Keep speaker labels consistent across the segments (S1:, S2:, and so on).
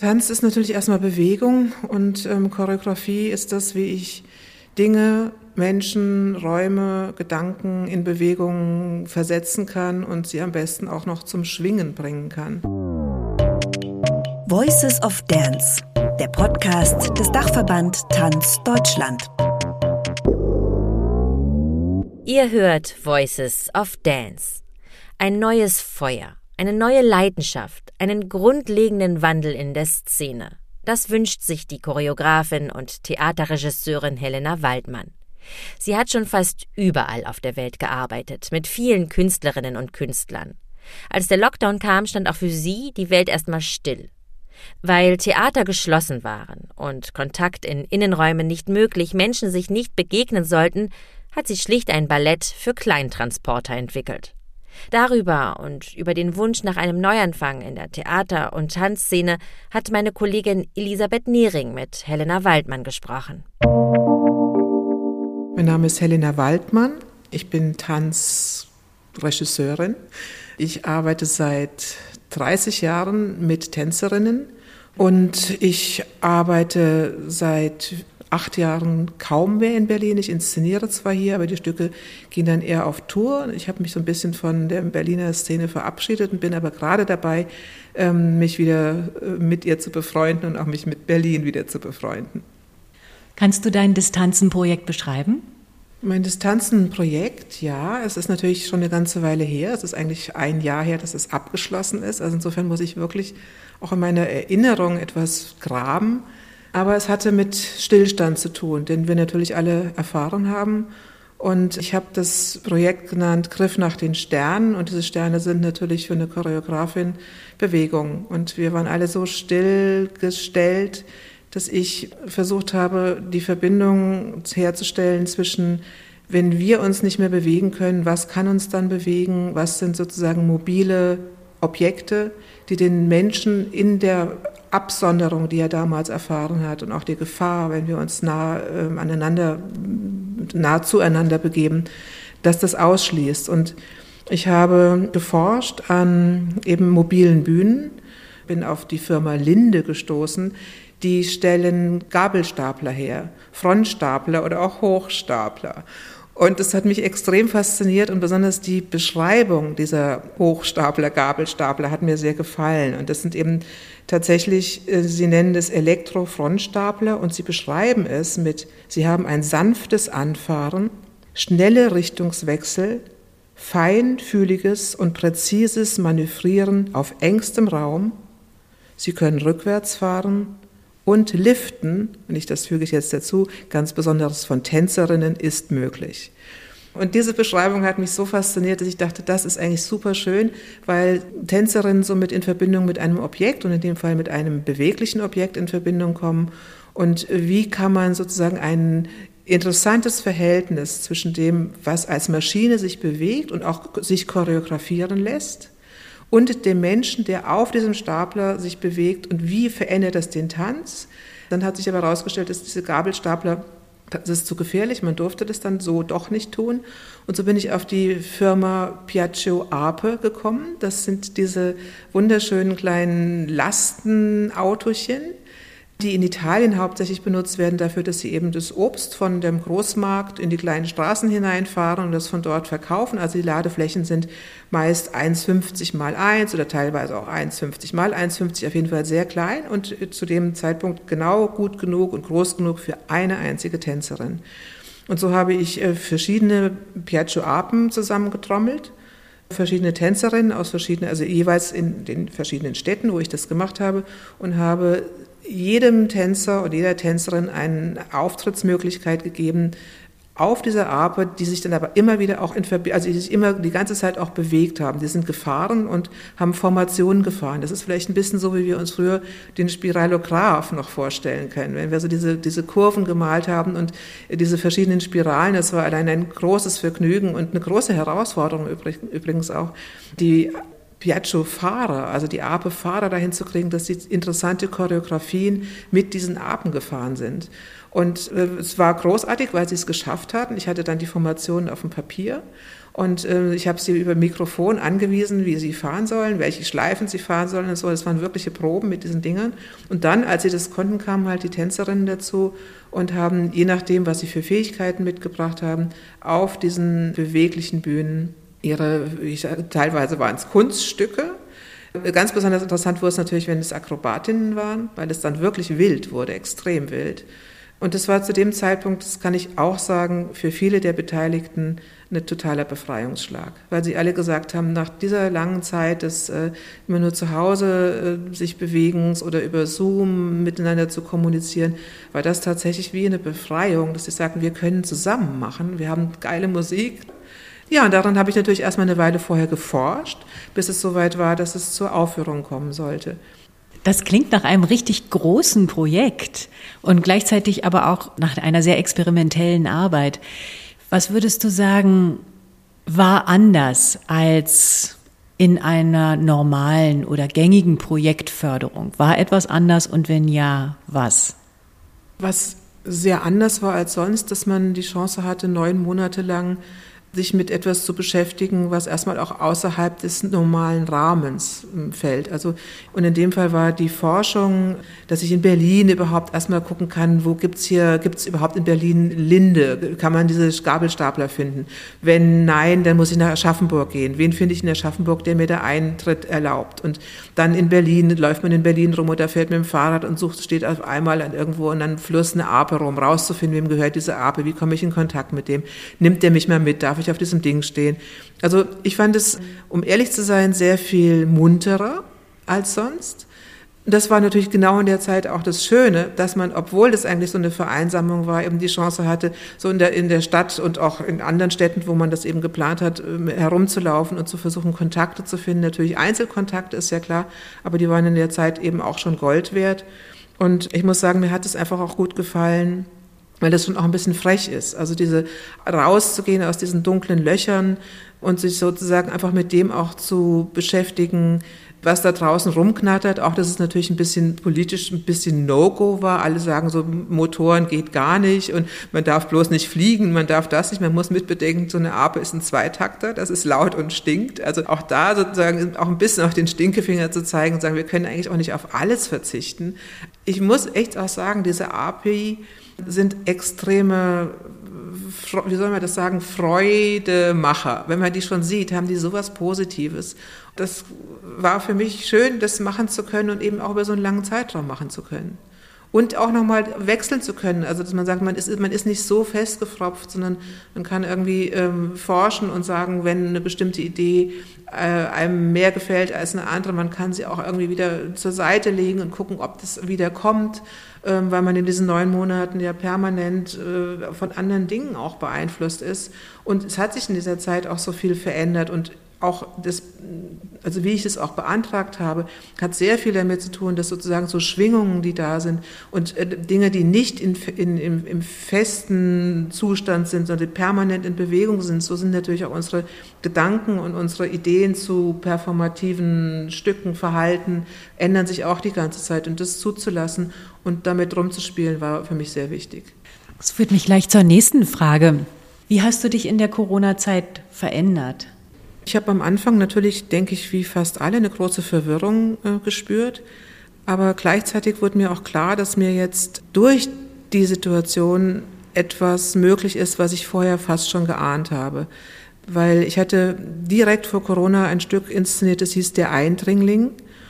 S1: Tanz ist natürlich erstmal Bewegung und Choreografie ist das, wie ich Dinge, Menschen, Räume, Gedanken in Bewegung versetzen kann und sie am besten auch noch zum Schwingen bringen kann.
S2: Voices of Dance, der Podcast des Dachverband Tanz Deutschland.
S3: Ihr hört Voices of Dance. Ein neues Feuer, eine neue Leidenschaft, einen grundlegenden Wandel in der Szene. Das wünscht sich die Choreografin und Theaterregisseurin Helena Waldmann. Sie hat schon fast überall auf der Welt gearbeitet, mit vielen Künstlerinnen und Künstlern. Als der Lockdown kam, stand auch für sie die Welt erstmal still. Weil Theater geschlossen waren und Kontakt in Innenräumen nicht möglich, Menschen sich nicht begegnen sollten, hat sie schlicht ein Ballett für Kleintransporter entwickelt. Darüber und über den Wunsch nach einem Neuanfang in der Theater- und Tanzszene hat meine Kollegin Elisabeth Nehring mit Helena Waldmann gesprochen.
S1: Mein Name ist Helena Waldmann, ich bin Tanzregisseurin. Ich arbeite seit 30 Jahren mit Tänzerinnen und ich arbeite seit 8 Jahren kaum mehr in Berlin. Ich inszeniere zwar hier, aber die Stücke gehen dann eher auf Tour. Ich habe mich so ein bisschen von der Berliner Szene verabschiedet und bin aber gerade dabei, mich wieder mit ihr zu befreunden und auch mich mit Berlin wieder zu befreunden.
S4: Kannst du dein Distanzenprojekt beschreiben?
S1: Mein Distanzenprojekt, ja, es ist natürlich schon eine ganze Weile her. Es ist eigentlich 1 Jahr her, dass es abgeschlossen ist. Also insofern muss ich wirklich auch in meiner Erinnerung etwas graben. Aber es hatte mit Stillstand zu tun, den wir natürlich alle erfahren haben. Und ich habe das Projekt genannt Griff nach den Sternen. Und diese Sterne sind natürlich für eine Choreografin Bewegung. Und wir waren alle so stillgestellt, dass ich versucht habe, die Verbindung herzustellen zwischen, wenn wir uns nicht mehr bewegen können, was kann uns dann bewegen, was sind sozusagen mobile Objekte, die den Menschen in der Absonderung, die er damals erfahren hat und auch die Gefahr, wenn wir uns nah zueinander begeben, dass das ausschließt. Und ich habe geforscht an eben mobilen Bühnen, bin auf die Firma Linde gestoßen, die stellen Gabelstapler her, Frontstapler oder auch Hochstapler. Und das hat mich extrem fasziniert und besonders die Beschreibung dieser Hochstapler, Gabelstapler hat mir sehr gefallen. Und das sind eben tatsächlich, sie nennen das Elektro-Frontstapler und sie beschreiben es mit, sie haben ein sanftes Anfahren, schnelle Richtungswechsel, feinfühliges und präzises Manövrieren auf engstem Raum. Sie können rückwärts fahren. Und Liften, und das füge ich jetzt dazu, ganz besonders von Tänzerinnen, ist möglich. Und diese Beschreibung hat mich so fasziniert, dass ich dachte, das ist eigentlich super schön, weil Tänzerinnen somit in Verbindung mit einem Objekt und in dem Fall mit einem beweglichen Objekt in Verbindung kommen. Und wie kann man sozusagen ein interessantes Verhältnis zwischen dem, was als Maschine sich bewegt und auch sich choreografieren lässt, und dem Menschen, der auf diesem Stapler sich bewegt und wie verändert das den Tanz. Dann hat sich aber herausgestellt, dass diese Gabelstapler, das ist zu gefährlich, man durfte das dann so doch nicht tun. Und so bin ich auf die Firma Piaggio Ape gekommen. Das sind diese wunderschönen kleinen Lastenautochen, die in Italien hauptsächlich benutzt werden dafür, dass sie eben das Obst von dem Großmarkt in die kleinen Straßen hineinfahren und das von dort verkaufen. Also die Ladeflächen sind meist 1,50 mal 1 oder teilweise auch 1,50 mal 1,50, auf jeden Fall sehr klein und zu dem Zeitpunkt genau gut genug und groß genug für eine einzige Tänzerin. Und so habe ich verschiedene Piaggio Apen zusammengetrommelt, verschiedene Tänzerinnen aus verschiedenen, also jeweils in den verschiedenen Städten, wo ich das gemacht habe, und habe jedem Tänzer und jeder Tänzerin eine Auftrittsmöglichkeit gegeben auf dieser Ape, die sich dann aber immer wieder auch die sich immer die ganze Zeit auch bewegt haben. Die sind gefahren und haben Formationen gefahren. Das ist vielleicht ein bisschen so, wie wir uns früher den Spiralograph noch vorstellen können. Wenn wir so diese Kurven gemalt haben und diese verschiedenen Spiralen, das war allein ein großes Vergnügen und eine große Herausforderung übrigens auch, die Piaggio-Fahrer, also die Ape-Fahrer dahin zu kriegen, dass sie interessante Choreografien mit diesen Apen gefahren sind. Und es war großartig, weil sie es geschafft hatten. Ich hatte dann die Formationen auf dem Papier Und ich habe sie über Mikrofon angewiesen, wie sie fahren sollen, welche Schleifen sie fahren sollen und so. Das waren wirkliche Proben mit diesen Dingern. Und dann, als sie das konnten, kamen halt die Tänzerinnen dazu und haben, je nachdem, was sie für Fähigkeiten mitgebracht haben, auf diesen beweglichen Bühnen teilweise waren es Kunststücke. Ganz besonders interessant wurde es natürlich, wenn es Akrobatinnen waren, weil es dann wirklich wild wurde, extrem wild. Und das war zu dem Zeitpunkt, das kann ich auch sagen, für viele der Beteiligten ein totaler Befreiungsschlag, weil sie alle gesagt haben, nach dieser langen Zeit des immer nur zu Hause sich Bewegens oder über Zoom miteinander zu kommunizieren, war das tatsächlich wie eine Befreiung, dass sie sagten, wir können zusammen machen, wir haben geile Musik. Ja, und daran habe ich natürlich erstmal eine Weile vorher geforscht, bis es soweit war, dass es zur Aufführung kommen sollte.
S4: Das klingt nach einem richtig großen Projekt und gleichzeitig aber auch nach einer sehr experimentellen Arbeit. Was würdest du sagen, war anders als in einer normalen oder gängigen Projektförderung? War etwas anders und wenn ja, was?
S1: Was sehr anders war als sonst, dass man die Chance hatte, 9 Monate lang sich mit etwas zu beschäftigen, was erstmal auch außerhalb des normalen Rahmens fällt. Also, und in dem Fall war die Forschung, dass ich in Berlin überhaupt erstmal gucken kann, wo gibt's überhaupt in Berlin Linde? Kann man diese Gabelstapler finden? Wenn nein, dann muss ich nach Aschaffenburg gehen. Wen finde ich in Aschaffenburg, der mir da Eintritt erlaubt? Und dann in Berlin, läuft man in Berlin rum oder fährt mit dem Fahrrad und steht auf einmal an irgendwo und dann Fluss eine Ape rum, rauszufinden, wem gehört diese Ape? Wie komme ich in Kontakt mit dem? Nimmt der mich mal mit? Darf ich auf diesem Ding stehen? Also ich fand es, um ehrlich zu sein, sehr viel munterer als sonst. Das war natürlich genau in der Zeit auch das Schöne, dass man, obwohl das eigentlich so eine Vereinsamung war, eben die Chance hatte, so in der Stadt und auch in anderen Städten, wo man das eben geplant hat, herumzulaufen und zu versuchen, Kontakte zu finden. Natürlich Einzelkontakte, ist ja klar, aber die waren in der Zeit eben auch schon Gold wert. Und ich muss sagen, mir hat es einfach auch gut gefallen, weil das schon auch ein bisschen frech ist. Also rauszugehen aus diesen dunklen Löchern und sich sozusagen einfach mit dem auch zu beschäftigen, was da draußen rumknattert. Auch, dass es natürlich ein bisschen politisch ein bisschen No-Go war. Alle sagen so, Motoren geht gar nicht und man darf bloß nicht fliegen, man darf das nicht. Man muss mitbedenken, so eine Ape ist ein Zweitakter, das ist laut und stinkt. Also auch da sozusagen auch ein bisschen auf den Stinkefinger zu zeigen und sagen, wir können eigentlich auch nicht auf alles verzichten. Ich muss echt auch sagen, diese API sind extreme, wie soll man das sagen, Freudemacher. Wenn man die schon sieht, haben die sowas Positives. Das war für mich schön, das machen zu können und eben auch über so einen langen Zeitraum machen zu können. Und auch nochmal wechseln zu können, also dass man sagt, man ist nicht so festgefropft, sondern man kann irgendwie forschen und sagen, wenn eine bestimmte Idee einem mehr gefällt als eine andere, man kann sie auch irgendwie wieder zur Seite legen und gucken, ob das wieder kommt, weil man in diesen 9 Monaten ja permanent von anderen Dingen auch beeinflusst ist. Und es hat sich in dieser Zeit auch so viel verändert und auch also wie ich es auch beantragt habe, hat sehr viel damit zu tun, dass sozusagen so Schwingungen, die da sind und Dinge, die nicht im festen Zustand sind, sondern die permanent in Bewegung sind, so sind natürlich auch unsere Gedanken und unsere Ideen zu performativen Stücken, Verhalten, ändern sich auch die ganze Zeit und das zuzulassen und damit rumzuspielen, war für mich sehr wichtig.
S4: Das führt mich gleich zur nächsten Frage. Wie hast du dich in der Corona-Zeit verändert?
S1: Ich habe am Anfang natürlich, denke ich, wie fast alle eine große Verwirrung gespürt, aber gleichzeitig wurde mir auch klar, dass mir jetzt durch die Situation etwas möglich ist, was ich vorher fast schon geahnt habe. Weil ich hatte direkt vor Corona ein Stück inszeniert, das hieß Der Eindringling.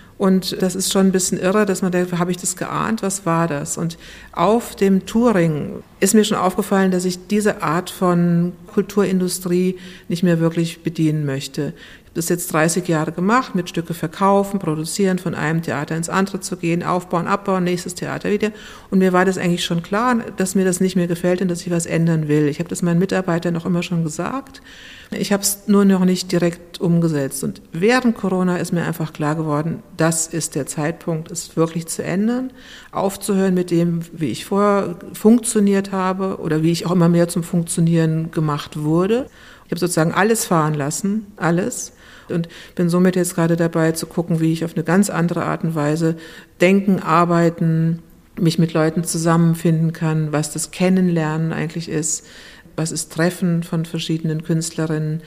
S1: Und das ist schon ein bisschen irre, dass man denkt, habe ich das geahnt? Was war das? Und auf dem Touring ist mir schon aufgefallen, dass ich diese Art von Kulturindustrie nicht mehr wirklich bedienen möchte. Ich habe das jetzt 30 Jahre gemacht, mit Stücke verkaufen, produzieren, von einem Theater ins andere zu gehen, aufbauen, abbauen, nächstes Theater wieder. Und mir war das eigentlich schon klar, dass mir das nicht mehr gefällt und dass ich was ändern will. Ich habe das meinen Mitarbeitern auch immer schon gesagt. Ich habe es nur noch nicht direkt umgesetzt. Und während Corona ist mir einfach klar geworden, das ist der Zeitpunkt, es wirklich zu ändern, aufzuhören mit dem, wie ich vorher funktioniert habe oder wie ich auch immer mehr zum Funktionieren gemacht wurde. Ich habe sozusagen alles fahren lassen, alles. Und bin somit jetzt gerade dabei zu gucken, wie ich auf eine ganz andere Art und Weise denken, arbeiten, mich mit Leuten zusammenfinden kann, was das Kennenlernen eigentlich ist, was ist Treffen von verschiedenen Künstlerinnen,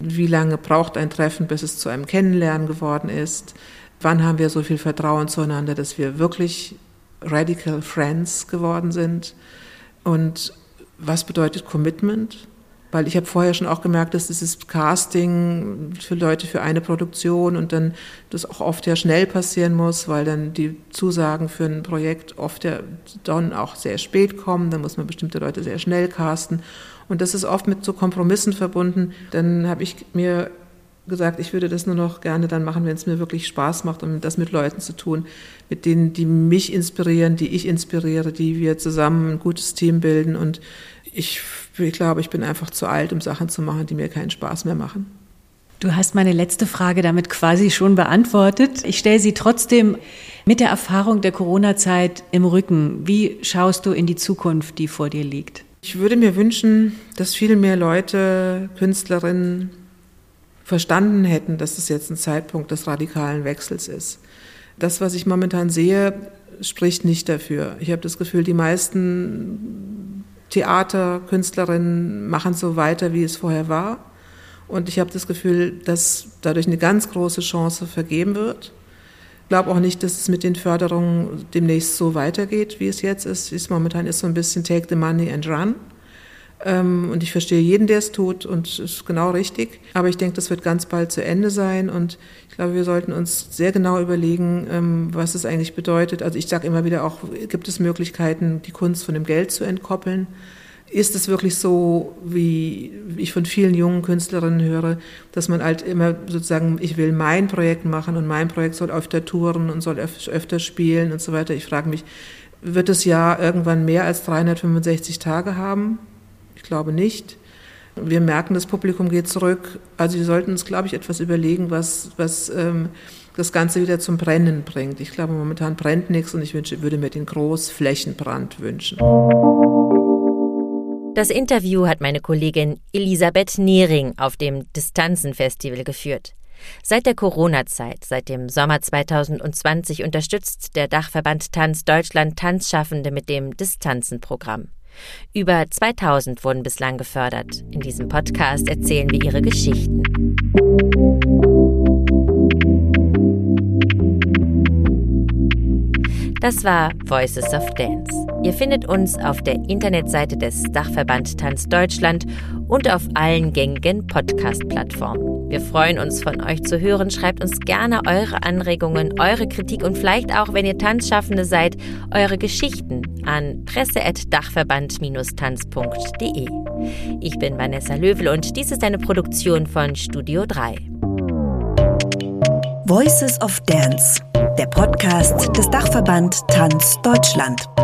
S1: Wie lange braucht ein Treffen, bis es zu einem Kennenlernen geworden ist? Wann haben wir so viel Vertrauen zueinander, dass wir wirklich radical friends geworden sind? Und was bedeutet Commitment? Weil ich habe vorher schon auch gemerkt, dass dieses Casting für Leute für eine Produktion und dann das auch oft ja schnell passieren muss, weil dann die Zusagen für ein Projekt oft ja dann auch sehr spät kommen. Dann muss man bestimmte Leute sehr schnell casten. Und das ist oft mit so Kompromissen verbunden. Dann habe ich mir gesagt, ich würde das nur noch gerne dann machen, wenn es mir wirklich Spaß macht, um das mit Leuten zu tun, mit denen, die mich inspirieren, die ich inspiriere, die wir zusammen ein gutes Team bilden. Und ich glaube, ich bin einfach zu alt, um Sachen zu machen, die mir keinen Spaß mehr machen.
S4: Du hast meine letzte Frage damit quasi schon beantwortet. Ich stelle sie trotzdem mit der Erfahrung der Corona-Zeit im Rücken. Wie schaust du in die Zukunft, die vor dir liegt?
S1: Ich würde mir wünschen, dass viel mehr Leute, Künstlerinnen verstanden hätten, dass es jetzt ein Zeitpunkt des radikalen Wechsels ist. Das, was ich momentan sehe, spricht nicht dafür. Ich habe das Gefühl, die meisten Theaterkünstlerinnen machen so weiter, wie es vorher war. Und ich habe das Gefühl, dass dadurch eine ganz große Chance vergeben wird. Ich glaube auch nicht, dass es mit den Förderungen demnächst so weitergeht, wie es jetzt ist. Momentan ist so ein bisschen take the money and run. Und ich verstehe jeden, der es tut, und es ist genau richtig. Aber ich denke, das wird ganz bald zu Ende sein. Und ich glaube, wir sollten uns sehr genau überlegen, was es eigentlich bedeutet. Also ich sage immer wieder auch, gibt es Möglichkeiten, die Kunst von dem Geld zu entkoppeln? Ist es wirklich so, wie ich von vielen jungen Künstlerinnen höre, dass man halt immer sozusagen, ich will mein Projekt machen und mein Projekt soll öfter touren und soll öfter spielen und so weiter. Ich frage mich, wird das Jahr irgendwann mehr als 365 Tage haben? Ich glaube nicht. Wir merken, das Publikum geht zurück. Also wir sollten uns, glaube ich, etwas überlegen, was das Ganze wieder zum Brennen bringt. Ich glaube, momentan brennt nichts und ich würde mir den Großflächenbrand wünschen.
S3: Das Interview hat meine Kollegin Elisabeth Nehring auf dem Distanzen-Festival geführt. Seit der Corona-Zeit, seit dem Sommer 2020, unterstützt der Dachverband Tanz Deutschland Tanzschaffende mit dem Distanzen-Programm. Über 2000 wurden bislang gefördert. In diesem Podcast erzählen wir ihre Geschichten. Das war Voices of Dance. Ihr findet uns auf der Internetseite des Dachverband Tanz Deutschland und auf allen gängigen Podcast-Plattformen. Wir freuen uns, von euch zu hören. Schreibt uns gerne eure Anregungen, eure Kritik und vielleicht auch, wenn ihr Tanzschaffende seid, eure Geschichten an presse@dachverband-tanz.de. Ich bin Vanessa Löwel und dies ist eine Produktion von Studio 3.
S2: Voices of Dance, der Podcast des Dachverband Tanz Deutschland.